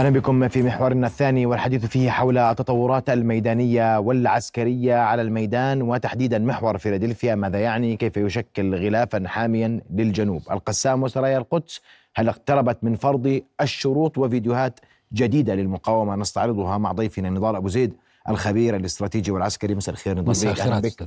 أهلا بكم في محورنا الثاني والحديث فيه حول التطورات الميدانية والعسكرية على الميدان، وتحديدا محور فيلادلفيا. ماذا يعني؟ كيف يشكل غلافا حاميا للجنوب؟ القسام وسرايا القدس، هل اقتربت من فرض الشروط؟ وفيديوهات جديدة للمقاومة نستعرضها مع ضيفنا نضال أبو زيد الخبير الاستراتيجي والعسكري. مساء الخير نضال. مساء الخير. أهلا بك.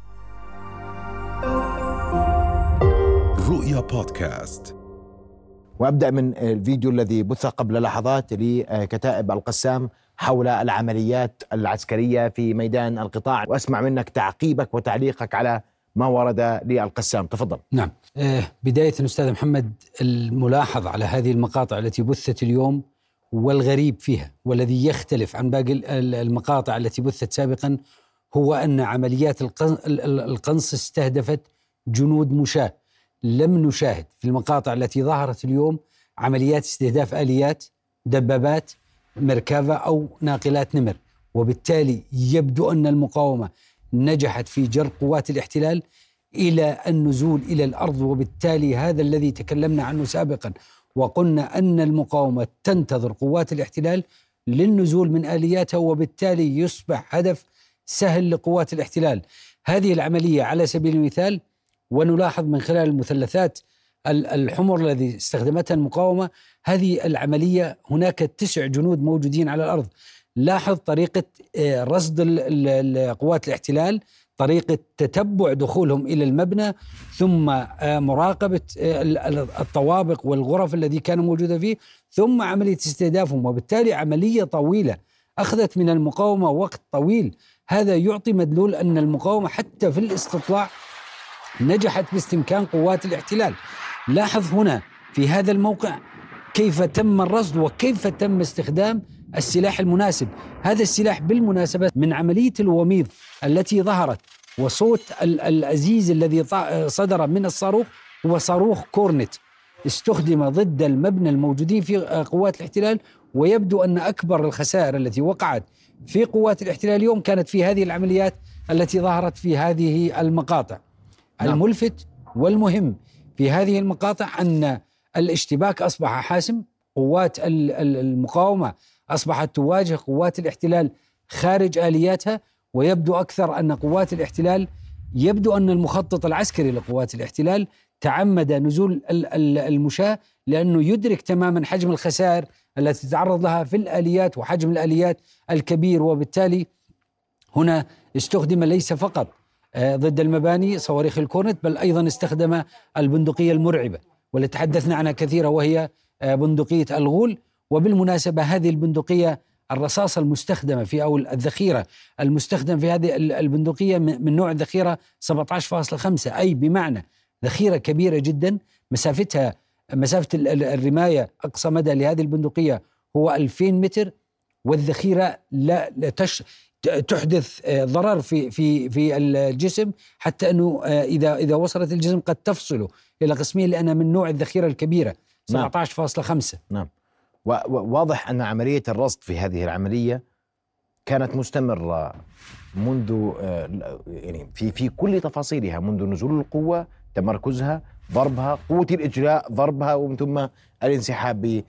رؤيا بودكاست. وأبدأ من الفيديو الذي بث قبل لحظات لكتائب القسام حول العمليات العسكرية في ميدان القطاع، وأسمع منك تعقيبك وتعليقك على ما ورد للقسام. تفضل. نعم. بداية أستاذ محمد، الملاحظ على هذه المقاطع التي بثت اليوم والغريب فيها والذي يختلف عن باقي المقاطع التي بثت سابقا هو أن عمليات القنص استهدفت جنود مشاة. لم نشاهد في المقاطع التي ظهرت اليوم عمليات استهداف آليات، دبابات، مركبة أو ناقلات نمر، وبالتالي يبدو أن المقاومة نجحت في جر قوات الاحتلال إلى النزول إلى الأرض. وبالتالي هذا الذي تكلمنا عنه سابقا وقلنا أن المقاومة تنتظر قوات الاحتلال للنزول من آلياتها، وبالتالي يصبح هدف سهل لقوات الاحتلال. هذه العملية على سبيل المثال، ونلاحظ من خلال المثلثات الحمر الذي استخدمتها المقاومة هذه العملية هناك 9 جنود موجودين على الأرض. لاحظ طريقة رصد قوات الاحتلال، طريقة تتبع دخولهم إلى المبنى، ثم مراقبة الطوابق والغرف الذي كانوا موجودة فيه، ثم عملية استهدافهم. وبالتالي عملية طويلة أخذت من المقاومة وقت طويل. هذا يعطي مدلول أن المقاومة حتى في الاستطلاع نجحت باستمكان قوات الاحتلال. لاحظ هنا في هذا الموقع كيف تم الرصد وكيف تم استخدام السلاح المناسب. هذا السلاح بالمناسبة من عملية الوميض التي ظهرت وصوت الأزيز الذي صدر من الصاروخ هو صاروخ كورنت، استخدم ضد المبنى الموجودين في قوات الاحتلال. ويبدو أن أكبر الخسائر التي وقعت في قوات الاحتلال اليوم كانت في هذه العمليات التي ظهرت في هذه المقاطع. الملفت والمهم في هذه المقاطع أن الاشتباك أصبح حاسم. قوات المقاومة أصبحت تواجه قوات الاحتلال خارج آلياتها، ويبدو أكثر أن قوات الاحتلال يبدو أن المخطط العسكري لقوات الاحتلال تعمد نزول المشاة لأنه يدرك تماما حجم الخسائر التي تتعرض لها في الآليات وحجم الآليات الكبير. وبالتالي هنا استخدم ليس فقط ضد المباني صواريخ الكورنت، بل أيضا استخدم البندقية المرعبة والتي تحدثنا عنها كثيرا وهي بندقية الغول. وبالمناسبة هذه البندقية الرصاصة المستخدمة في أو الذخيرة المستخدم في هذه البندقية من نوع الذخيرة 17.5، أي بمعنى ذخيرة كبيرة جدا. مسافة الرماية أقصى مدى لهذه البندقية هو 2000 متر، والذخيرة لا تحدث ضرر في الجسم، حتى أنه إذا وصلت الجسم قد تفصله إلى قسمين لأنها من نوع الذخيرة الكبيرة 17.5. نعم. وواضح أن عملية الرصد في هذه العملية كانت مستمرة منذ يعني في كل تفاصيلها، منذ نزول القوة، تمركزها، ضربها، قوة الإجلاء، ضربها، ومن ثم الانسحاب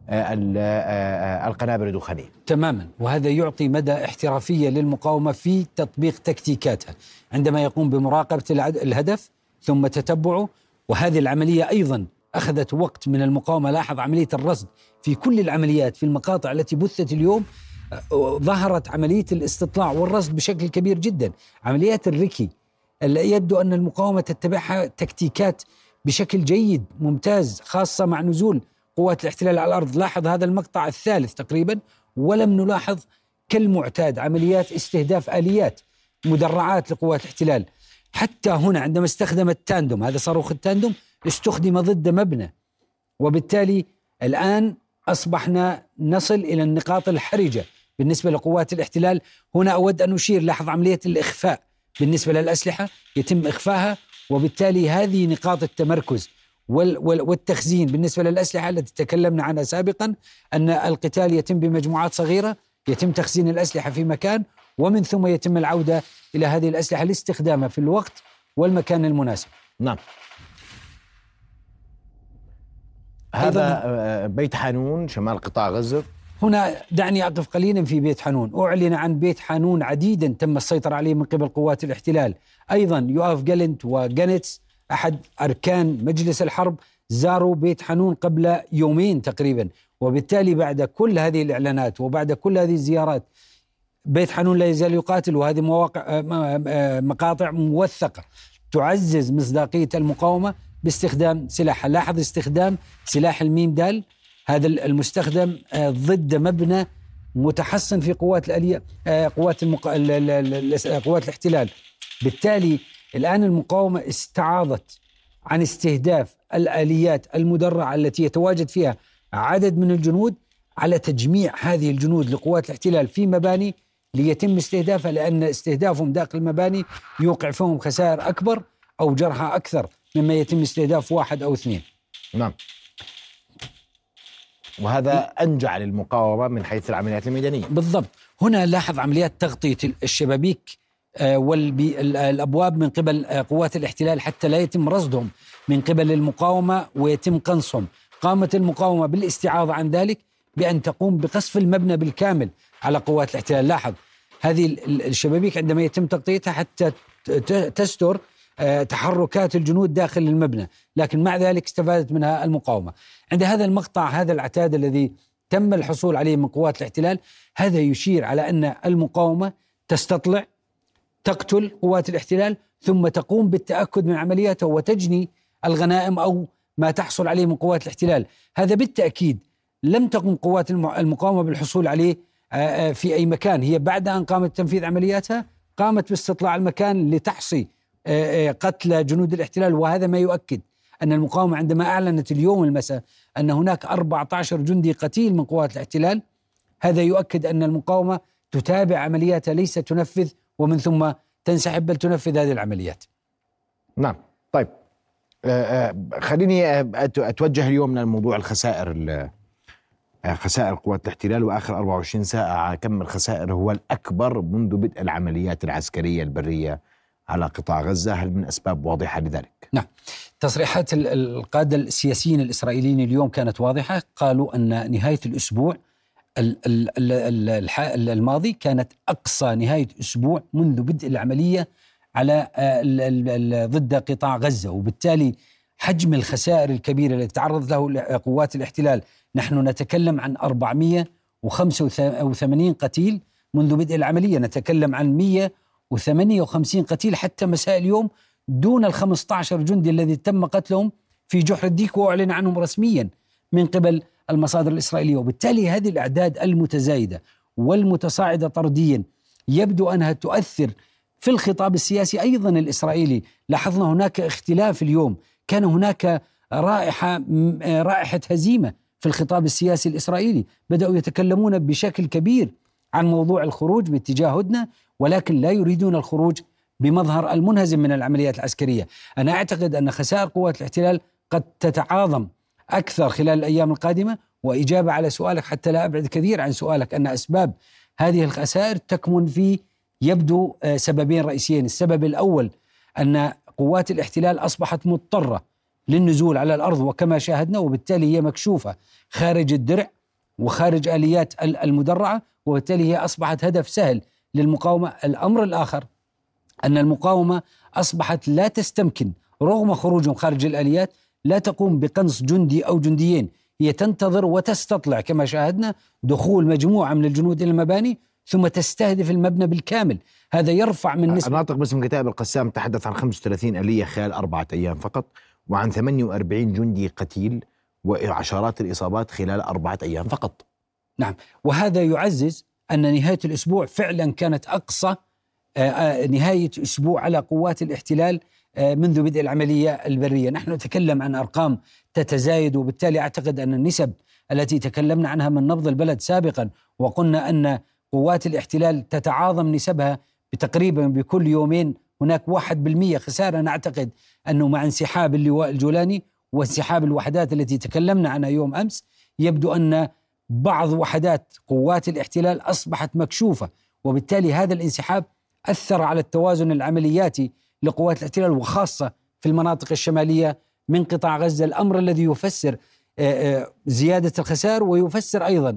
بالقنابل الدخانية. تماما. وهذا يعطي مدى احترافية للمقاومة في تطبيق تكتيكاتها عندما يقوم بمراقبة الهدف ثم تتبعه. وهذه العملية أيضا أخذت وقت من المقاومة. لاحظ عملية الرصد في كل العمليات. في المقاطع التي بثت اليوم ظهرت عملية الاستطلاع والرصد بشكل كبير جدا. عمليات الركي اللي يبدو أن المقاومة تتبعها تكتيكات بشكل جيد ممتاز، خاصة مع نزول قوات الاحتلال على الأرض. لاحظ هذا المقطع الثالث تقريبا، ولم نلاحظ كالمعتاد عمليات استهداف آليات، مدرعات لقوات الاحتلال. حتى هنا عندما استخدم التاندوم، هذا صاروخ التاندوم استخدم ضد مبنى. وبالتالي الآن أصبحنا نصل إلى النقاط الحرجة بالنسبة لقوات الاحتلال. هنا أود أن أشير، لاحظ عملية الإخفاء بالنسبة للأسلحة يتم إخفاءها، وبالتالي هذه نقاط التمركز والتخزين بالنسبة للأسلحة التي تكلمنا عنها سابقا، أن القتال يتم بمجموعات صغيرة، يتم تخزين الأسلحة في مكان، ومن ثم يتم العودة إلى هذه الأسلحة لاستخدامها في الوقت والمكان المناسب. نعم. هذا بيت حانون شمال قطاع غزة هنا دعني أقف قليلا في بيت حانون. أعلن عن بيت حانون عديدا تم السيطرة عليه من قبل قوات الاحتلال. أيضا يؤاف جالنت وجانتس أحد أركان مجلس الحرب زاروا بيت حانون قبل يومين تقريبا، وبالتالي بعد كل هذه الإعلانات وبعد كل هذه الزيارات بيت حانون لا يزال يقاتل، وهذه مقاطع موثقة تعزز مصداقية المقاومة باستخدام سلاح. لاحظ استخدام سلاح الميم دال، هذا المستخدم ضد مبنى متحصن في قوات الآلية، قوات الاحتلال. بالتالي الآن المقاومة استعاضت عن استهداف الآليات المدرعة التي يتواجد فيها عدد من الجنود على تجميع هذه الجنود لقوات الاحتلال في مباني ليتم استهدافها، لأن استهدافهم داخل المباني يوقع فيهم خسائر أكبر أو جرحى أكثر مما يتم استهداف واحد أو اثنين. نعم، وهذا أنجع للمقاومة من حيث العمليات الميدانية. بالضبط. هنا لاحظ عمليات تغطية الشبابيك والأبواب من قبل قوات الاحتلال حتى لا يتم رصدهم من قبل المقاومة ويتم قنصهم. قامت المقاومة بالاستعاضة عن ذلك بأن تقوم بقصف المبنى بالكامل على قوات الاحتلال. لاحظ هذه الشبابيك عندما يتم تغطيتها حتى تستر تحركات الجنود داخل المبنى، لكن مع ذلك استفادت منها المقاومة. عند هذا المقطع، هذا العتاد الذي تم الحصول عليه من قوات الاحتلال، هذا يشير على أن المقاومة تستطلع، تقتل قوات الاحتلال، ثم تقوم بالتأكد من عملياتها وتجني الغنائم أو ما تحصل عليه من قوات الاحتلال. هذا بالتأكيد لم تقم قوات المقاومة بالحصول عليه في أي مكان. هي بعد أن قامت بتنفيذ عملياتها قامت باستطلاع المكان لتحصي قتل جنود الاحتلال، وهذا ما يؤكد أن المقاومة عندما أعلنت اليوم المساء أن هناك 14 جندي قتيل من قوات الاحتلال، هذا يؤكد أن المقاومة تتابع عملياتها، ليس تنفذ ومن ثم تنسحب، بل تنفذ هذه العمليات. نعم. طيب، خليني أتوجه اليوم للموضوع الخسائر، خسائر قوات الاحتلال وآخر 24 ساعة. كم الخسائر هو الأكبر منذ بدء العمليات العسكرية البرية على قطاع غزة؟ هل من أسباب واضحة لذلك؟ نعم، تصريحات القادة السياسيين الإسرائيليين اليوم كانت واضحة. قالوا أن نهاية الأسبوع الماضي كانت أقصى نهاية أسبوع منذ بدء العملية على ضد قطاع غزة، وبالتالي حجم الخسائر الكبيرة التي تعرضت له قوات الاحتلال، نحن نتكلم عن 485 قتيل منذ بدء العملية، نتكلم عن 158 قتيل حتى مساء اليوم، دون 15 جندي الذي تم قتلهم في جحر الديك وأعلن عنهم رسميا من قبل المصادر الإسرائيلية. وبالتالي هذه الأعداد المتزايدة والمتصاعدة طرديا يبدو أنها تؤثر في الخطاب السياسي أيضا الإسرائيلي. لاحظنا هناك اختلاف اليوم، كان هناك رائحة هزيمة في الخطاب السياسي الإسرائيلي، بدأوا يتكلمون بشكل كبير عن موضوع الخروج باتجاه هدنة، ولكن لا يريدون الخروج بمظهر المنهزم من العمليات العسكرية. أنا أعتقد أن خسائر قوات الاحتلال قد تتعاظم أكثر خلال الأيام القادمة. وإجابة على سؤالك حتى لا أبعد كثير عن سؤالك، أن أسباب هذه الخسائر تكمن في يبدو سببين رئيسيين. السبب الأول أن قوات الاحتلال أصبحت مضطرة للنزول على الأرض وكما شاهدنا، وبالتالي هي مكشوفة خارج الدرع وخارج آليات المدرعة، وبالتالي هي أصبحت هدف سهل للمقاومة. الأمر الآخر أن المقاومة أصبحت لا تستمكن رغم خروجهم خارج الآليات، لا تقوم بقنص جندي أو جنديين، هي تنتظر وتستطلع كما شاهدنا دخول مجموعة من الجنود إلى المباني ثم تستهدف المبنى بالكامل. هذا يرفع من نسبة. الناطق باسم كتائب القسام تحدث عن 35 آلية خلال 4 أيام فقط، وعن 48 جندي قتيل وعشرات الإصابات خلال 4 أيام فقط. نعم، وهذا يعزز أن نهاية الأسبوع فعلا كانت أقصى نهاية أسبوع على قوات الاحتلال منذ بدء العملية البرية. نحن نتكلم عن أرقام تتزايد، وبالتالي أعتقد أن النسب التي تكلمنا عنها من نبض البلد سابقا وقلنا أن قوات الاحتلال تتعاظم نسبها بتقريبا بكل يومين هناك 1% خسارة. نعتقد أنه مع انسحاب اللواء الجولاني وانسحاب الوحدات التي تكلمنا عنها يوم أمس، يبدو أن بعض وحدات قوات الاحتلال أصبحت مكشوفة، وبالتالي هذا الانسحاب أثر على التوازن العملياتي لقوات الاحتلال وخاصة في المناطق الشمالية من قطاع غزة، الأمر الذي يفسر زيادة الخسائر ويفسر أيضا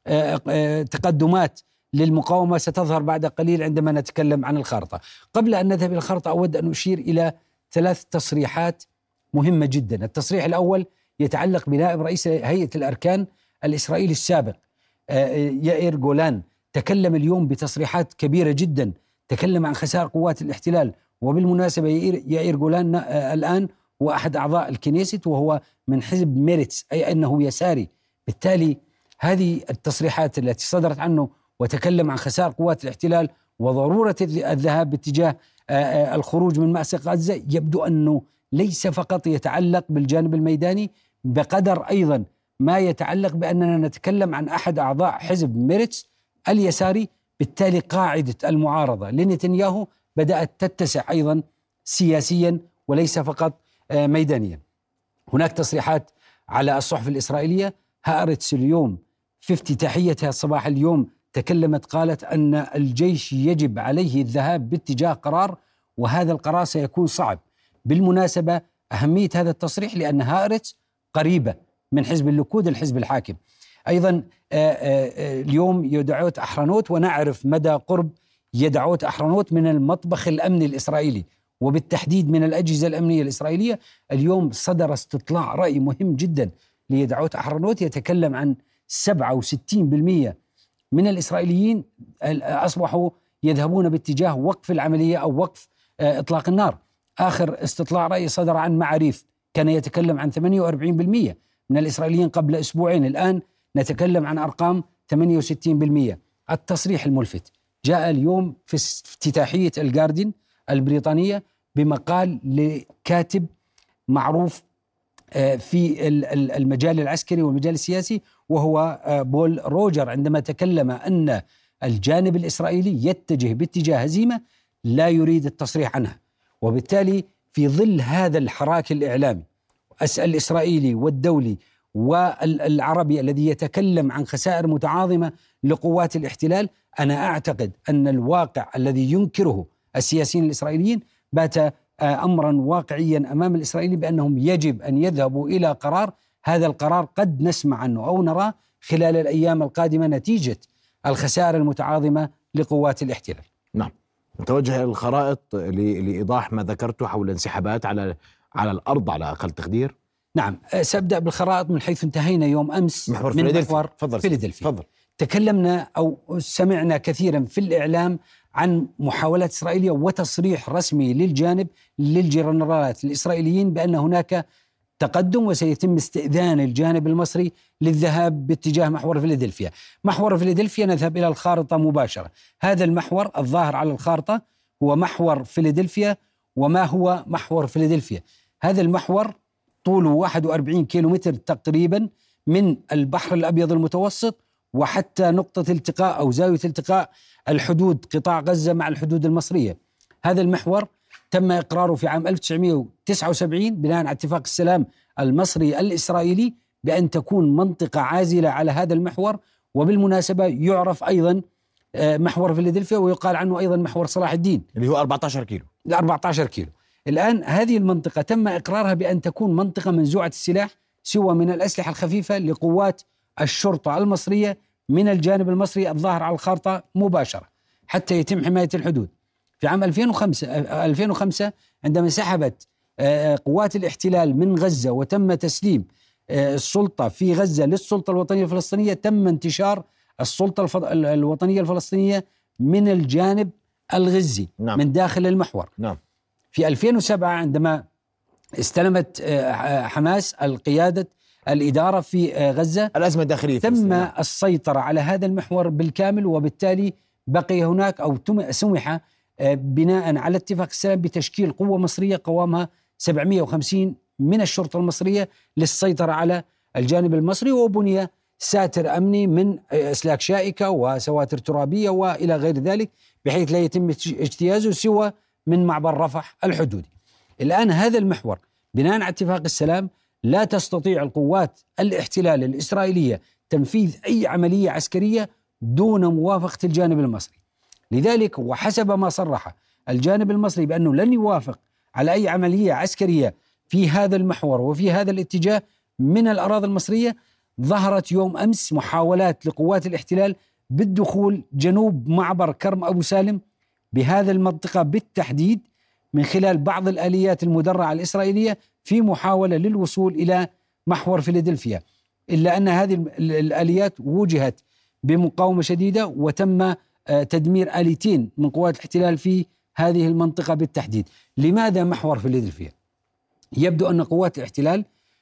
تقدمات للمقاومة ستظهر بعد قليل عندما نتكلم عن الخارطة. قبل أن نذهب إلى الخارطة أود أن أشير إلى 3 تصريحات مهمة جدا. التصريح الأول يتعلق بنائب رئيس هيئة الأركان الإسرائيلي السابق يائير جولان. تكلم اليوم بتصريحات كبيرة جدا، تكلم عن خسائر قوات الاحتلال. وبالمناسبة يائير جولان الآن هو أحد أعضاء الكنيست وهو من حزب ميرتس، أي أنه يساري. بالتالي هذه التصريحات التي صدرت عنه وتكلم عن خسائر قوات الاحتلال وضرورة الذهاب باتجاه الخروج من مأزق غزة، يبدو أنه ليس فقط يتعلق بالجانب الميداني بقدر أيضا ما يتعلق بأننا نتكلم عن أحد أعضاء حزب ميرتس اليساري. بالتالي قاعدة المعارضة لنتنياهو بدأت تتسع أيضا سياسيا وليس فقط ميدانيا. هناك تصريحات على الصحف الإسرائيلية. هآرتس اليوم في افتتاحيتها صباح اليوم تكلمت، قالت أن الجيش يجب عليه الذهاب باتجاه قرار، وهذا القرار سيكون صعب. بالمناسبة أهمية هذا التصريح لأن هآرتس قريبة من حزب الليكود الحزب الحاكم. أيضا اليوم يدعوت أحرنوت، ونعرف مدى قرب يدعوت أحرنوت من المطبخ الأمني الإسرائيلي وبالتحديد من الأجهزة الأمنية الإسرائيلية. اليوم صدر استطلاع رأي مهم جدا ليدعوت أحرنوت يتكلم عن 67% من الإسرائيليين أصبحوا يذهبون باتجاه وقف العملية أو وقف إطلاق النار. آخر استطلاع رأي صدر عن معاريف كان يتكلم عن 48% من الإسرائيليين قبل أسبوعين، الآن نتكلم عن أرقام 68%. التصريح الملفت جاء اليوم في افتتاحية الجاردين البريطانية بمقال لكاتب معروف في المجال العسكري والمجال السياسي وهو بول روجر، عندما تكلم أن الجانب الإسرائيلي يتجه باتجاه هزيمة لا يريد التصريح عنها. وبالتالي في ظل هذا الحراك الإعلامي الإسرائيلي والدولي والعربي الذي يتكلم عن خسائر متعاظمة لقوات الاحتلال، أنا أعتقد أن الواقع الذي ينكره السياسيين الإسرائيليين بات أمرا واقعيا أمام الإسرائيليين بأنهم يجب أن يذهبوا إلى قرار. هذا القرار قد نسمع عنه أو نراه خلال الأيام القادمة نتيجة الخسائر المتعاظمة لقوات الاحتلال. نعم، نتوجه إلى الخرائط لإيضاح ما ذكرته حول انسحابات على الأرض على أقل تقدير. نعم، سأبدأ بالخرائط من حيث انتهينا يوم أمس محور من فيلادلفيا. محور فيلادلفيا. تكلمنا أو سمعنا كثيرا في الإعلام عن محاولات إسرائيلية وتصريح رسمي للجنرالات الإسرائيليين بأن هناك تقدم وسيتم استئذان الجانب المصري للذهاب باتجاه محور فيلادلفيا. محور فيلادلفيا نذهب إلى الخارطة مباشرة. هذا المحور الظاهر على الخارطة هو محور فيلادلفيا. وما هو محور فيلادلفيا؟ هذا المحور طوله 41 كيلومتر تقريبا من البحر الأبيض المتوسط وحتى نقطة التقاء أو زاوية التقاء الحدود قطاع غزة مع الحدود المصرية. هذا المحور تم إقراره في عام 1979 بناء على اتفاق السلام المصري الإسرائيلي بأن تكون منطقة عازلة على هذا المحور. وبالمناسبة يعرف أيضا محور فيلادلفيا ويقال عنه أيضا محور صلاح الدين اللي هو 14 كيلو. 14 كيلو. الآن هذه المنطقة تم إقرارها بأن تكون منطقة منزوعة السلاح سوى من الأسلحة الخفيفة لقوات الشرطة المصرية من الجانب المصري الظاهر على الخارطة مباشرة حتى يتم حماية الحدود. في عام 2005 عندما انسحبت قوات الاحتلال من غزة وتم تسليم السلطة في غزة للسلطة الوطنية الفلسطينية، تم انتشار السلطة الوطنية الفلسطينية من الجانب الغزي. نعم. من داخل المحور. نعم. في 2007 عندما استلمت حماس الإدارة في غزة الأزمة الداخلية تم السيطرة على هذا المحور بالكامل، وبالتالي بقي هناك أو سمح بناء على اتفاق السلام بتشكيل قوة مصرية قوامها 750 من الشرطة المصرية للسيطرة على الجانب المصري، وبني ساتر أمني من أسلاك شائكة وسواتر ترابية وإلى غير ذلك بحيث لا يتم اجتيازه سوى من معبر رفح الحدودي. الآن هذا المحور بناء على اتفاق السلام لا تستطيع القوات الاحتلال الإسرائيلية تنفيذ أي عملية عسكرية دون موافقة الجانب المصري. لذلك وحسب ما صرح الجانب المصري بأنه لن يوافق على أي عملية عسكرية في هذا المحور وفي هذا الاتجاه من الأراضي المصرية، ظهرت يوم أمس محاولات لقوات الاحتلال بالدخول جنوب معبر كرم أبو سالم بهذا المنطقة بالتحديد من خلال بعض الآليات المدرعة الإسرائيلية في محاولة للوصول إلى محور فيلادلفيا، إلا أن هذه الآليات وجهت بمقاومة شديدة وتم تدمير آليتين من قوات الاحتلال في هذه المنطقة بالتحديد. لماذا محور فيلادلفيا؟ يبدو أن قوات الاحتلال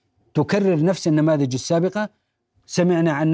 تكرر نفس النماذج السابقة. سمعنا عن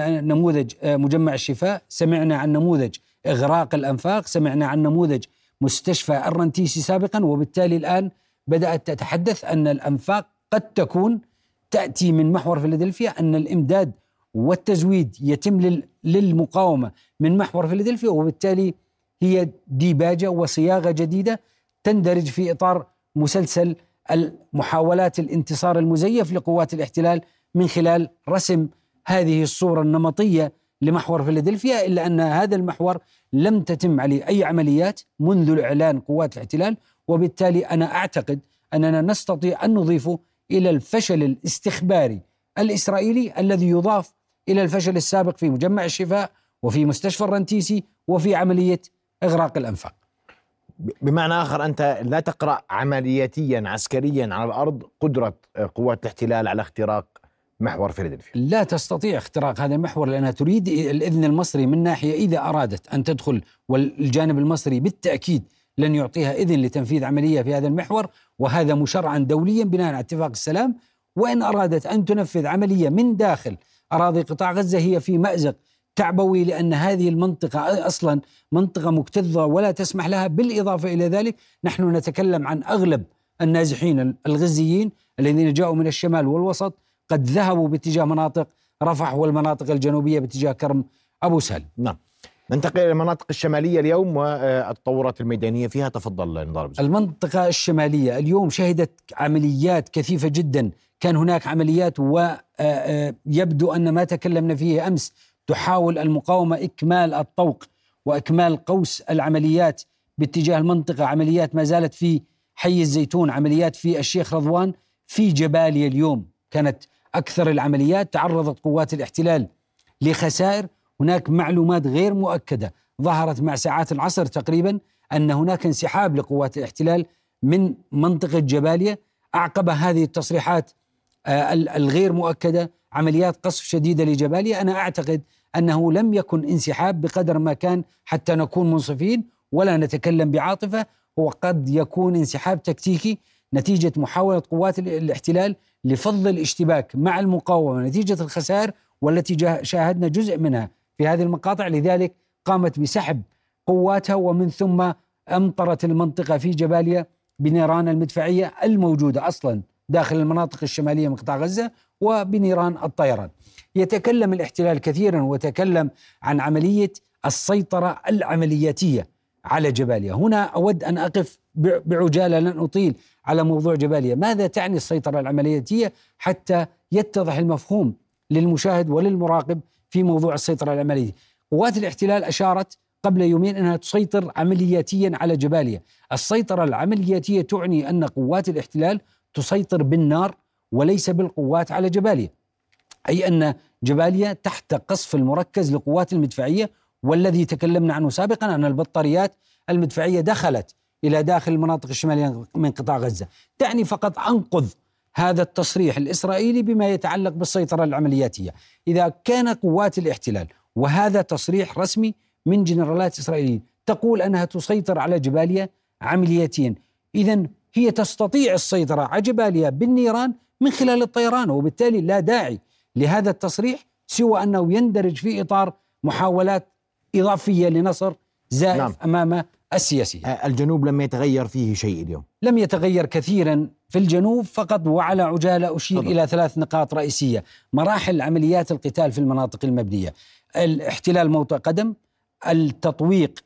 نموذج مجمع الشفاء، سمعنا عن نموذج إغراق الأنفاق، سمعنا عن نموذج مستشفى الرنتيسي سابقا، وبالتالي الآن بدأت تتحدث أن الأنفاق قد تكون تأتي من محور فيلادلفيا، أن الإمداد والتزويد يتم للمقاومة من محور فيلادلفيا، وبالتالي هي ديباجة وصياغة جديدة تندرج في إطار مسلسل المحاولات الانتصار المزيف لقوات الاحتلال من خلال رسم هذه الصورة النمطية لمحور فيلادلفيا، إلا أن هذا المحور لم تتم عليه أي عمليات منذ إعلان قوات الاحتلال، وبالتالي أنا أعتقد أننا نستطيع أن نضيفه إلى الفشل الاستخباري الإسرائيلي الذي يضاف إلى الفشل السابق في مجمع الشفاء وفي مستشفى الرنتيسي وفي عملية إغراق الأنفاق. بمعنى آخر أنت لا تقرأ عملياتيا عسكريا على الأرض قدرة قوات الاحتلال على اختراق محور فيلادلفيا. لا تستطيع اختراق هذا المحور لأنها تريد الإذن المصري من ناحية إذا أرادت أن تدخل، والجانب المصري بالتأكيد لن يعطيها إذن لتنفيذ عملية في هذا المحور، وهذا مشرعا دوليا بناء على اتفاق السلام. وإن أرادت أن تنفذ عملية من داخل أراضي قطاع غزة هي في مأزق تعبوي، لأن هذه المنطقة أصلا منطقة مكتظة ولا تسمح لها. بالإضافة إلى ذلك نحن نتكلم عن أغلب النازحين الغزيين الذين جاءوا من الشمال والوسط قد ذهبوا باتجاه مناطق رفح والمناطق الجنوبية باتجاه كرم أبو سالم. نعم، ننتقل إلى المناطق الشمالية اليوم والتطورات الميدانية فيها. تفضل نضال. المنطقة الشمالية اليوم شهدت عمليات كثيفة جدا. كان هناك عمليات، ويبدو أن ما تكلمنا فيه أمس تحاول المقاومة إكمال الطوق وإكمال قوس العمليات باتجاه المنطقة. عمليات ما زالت في حي الزيتون، عمليات في الشيخ رضوان، في جباليا اليوم كانت أكثر العمليات. تعرضت قوات الاحتلال لخسائر. هناك معلومات غير مؤكدة ظهرت مع ساعات العصر تقريبا أن هناك انسحاب لقوات الاحتلال من منطقة جباليا أعقب هذه التصريحات الغير مؤكدة عمليات قصف شديدة لجباليا. أنا أعتقد أنه لم يكن انسحاب بقدر ما كان، حتى نكون منصفين ولا نتكلم بعاطفة، هو قد يكون انسحاب تكتيكي نتيجة محاولة قوات الاحتلال لفض الاشتباك مع المقاومة نتيجة الخسائر والتي شاهدنا جزء منها في هذه المقاطع. لذلك قامت بسحب قواتها، ومن ثم أمطرت المنطقة في جباليا بنيران المدفعية الموجودة أصلا داخل المناطق الشمالية من قطاع غزة وبنيران الطيران. يتكلم الاحتلال كثيرا وتكلم عن عملية السيطرة العملياتية على جباليا. هنا أود أن أقف بعجالة، لن أطيل على موضوع جباليا. ماذا تعني السيطرة العملياتية حتى يتضح المفهوم للمشاهد وللمراقب في موضوع السيطرة العملياتية؟ قوات الاحتلال أشارت قبل يومين أنها تسيطر عملياتيا على جباليا. السيطرة العملياتية تعني أن قوات الاحتلال تسيطر بالنار وليس بالقوات على جباليا، أي أن جباليا تحت قصف المركز لقوات المدفعية، والذي تكلمنا عنه سابقا أن البطاريات المدفعية دخلت إلى داخل المناطق الشمالية من قطاع غزة. تعني فقط أنقذ هذا التصريح الإسرائيلي بما يتعلق بالسيطرة العملياتية. إذا كان قوات الاحتلال، وهذا تصريح رسمي من جنرالات إسرائيليين، تقول أنها تسيطر على جباليا عملياتيا، إذن هي تستطيع السيطرة على جباليا بالنيران من خلال الطيران، وبالتالي لا داعي لهذا التصريح سوى أنه يندرج في إطار محاولات إضافية لنصر زائف نعم. أمام السياسية. الجنوب لم يتغير فيه شيء اليوم؟ لم يتغير كثيرا في الجنوب فقط، وعلى عجالة أشير إلى 3 نقاط رئيسية. مراحل عمليات القتال في المناطق المبنية: الاحتلال موطئ قدم، التطويق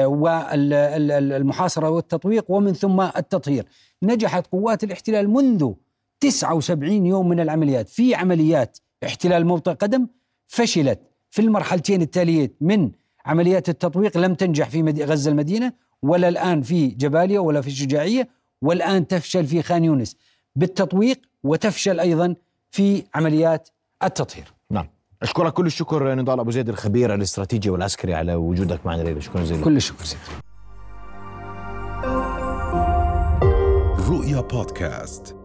والمحاصرة والتطويق، ومن ثم التطهير. نجحت قوات الاحتلال منذ 79 يوم من العمليات في عمليات احتلال موطئ قدم، فشلت في المرحلتين التالية من عمليات التطويق، لم تنجح في غزة المدينة ولا الآن في جباليا ولا في الشجاعية، والآن تفشل في خان يونس بالتطويق وتفشل أيضا في عمليات التطهير. أشكرك كل الشكر نضال أبو زيد الخبير الاستراتيجي والعسكري على وجودك معنا الليلة. شكرا جزيلا. كل الشكر سيدي. رؤيا بودكاست.